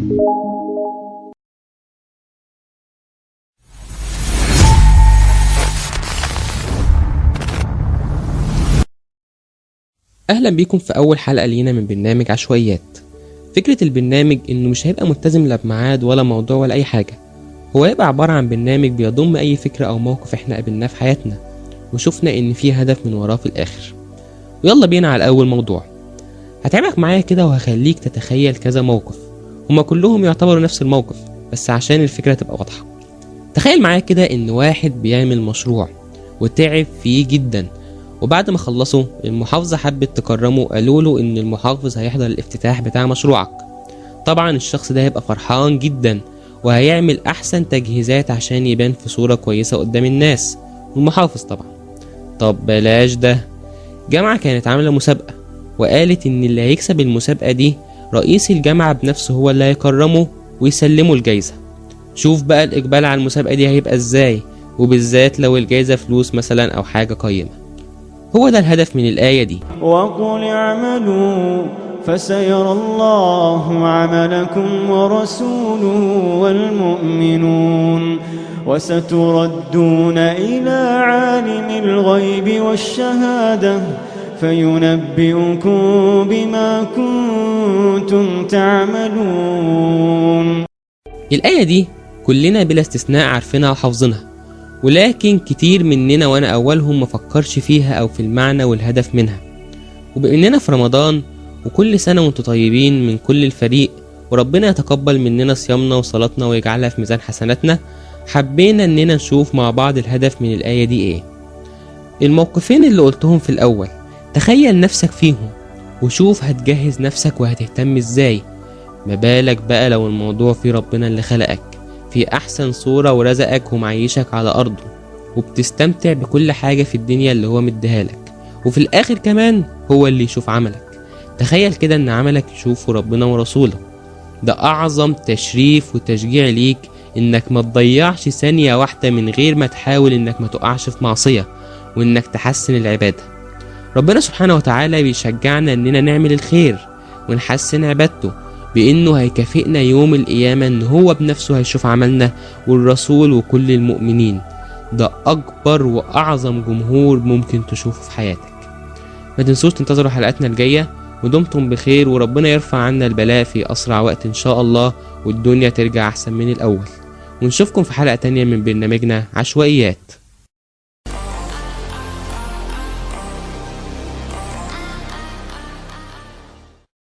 أهلا بيكم في أول حلقة لينا من برنامج عشوائيات. فكرة البرنامج إنه مش هيبقى ملتزم لا بميعاد ولا موضوع ولا أي حاجة، هو هيبقى عبارة عن برنامج بيضم أي فكرة أو موقف إحنا قابلناه في حياتنا وشوفنا إن فيه هدف من وراه في الآخر. ويلا بينا على أول موضوع. هتعبك معايا كده وهخليك تتخيل كذا موقف، هما كلهم يعتبروا نفس الموقف بس عشان الفكرة تبقى واضحة. تخيل معايا كده إن واحد بيعمل مشروع وتعب فيه جدا، وبعد ما خلصوا المحافظة حبت تكرمه، قالوله ان المحافظ هيحضر الافتتاح بتاع مشروعك. طبعا الشخص ده هيبقى فرحان جدا وهيعمل احسن تجهيزات عشان يبان في صورة كويسة قدام الناس والمحافظ طبعا. طب بلاش ده، جامعة كانت عاملة مسابقة وقالت ان اللي هيكسب المسابقة دي رئيس الجامعة بنفسه هو اللي هيكرمه ويسلمه الجايزة. شوف بقى الاقبال على المسابقة دي هيبقى ازاي، وبالذات لو الجايزة فلوس مثلا او حاجة قيمة. هو ده الهدف من الآية دي. وقل اعملوا فسيرى الله عملكم ورسوله والمؤمنون وستردون إلى عالم الغيب والشهادة فينبئكم بما كنتم تعملون. الآية دي كلنا بلا استثناء عارفينها وحافظينها، ولكن كتير مننا وانا اولهم مفكرش فيها او في المعنى والهدف منها. وباننا في رمضان وكل سنة وانتم طيبين من كل الفريق، وربنا يتقبل مننا صيامنا وصلاتنا ويجعلها في ميزان حسناتنا، حبينا اننا نشوف مع بعض الهدف من الآية دي ايه. الموقفين اللي قلتهم في الاول تخيل نفسك فيهم وشوف هتجهز نفسك وهتهتم ازاي. ما بالك بقى لو الموضوع فيه ربنا اللي خلقك في احسن صورة ورزقك ومعيشك على ارضه وبتستمتع بكل حاجة في الدنيا اللي هو مديهالك، وفي الاخر كمان هو اللي يشوف عملك. تخيل كده ان عملك يشوفه ربنا ورسوله. ده اعظم تشريف وتشجيع ليك انك ما تضيعش ثانية واحدة من غير ما تحاول انك ما تقعش في معصية وانك تحسن العبادة. ربنا سبحانه وتعالى بيشجعنا اننا نعمل الخير ونحسن عبادته بانه هيكافئنا يوم القيامة ان هو بنفسه هيشوف عملنا والرسول وكل المؤمنين. ده اكبر واعظم جمهور ممكن تشوفه في حياتك. ما تنسوش تنتظروا حلقاتنا الجاية، ودمتم بخير وربنا يرفع عنا البلاء في اسرع وقت ان شاء الله، والدنيا ترجع احسن من الاول. ونشوفكم في حلقة تانية من برنامجنا عشوائيات.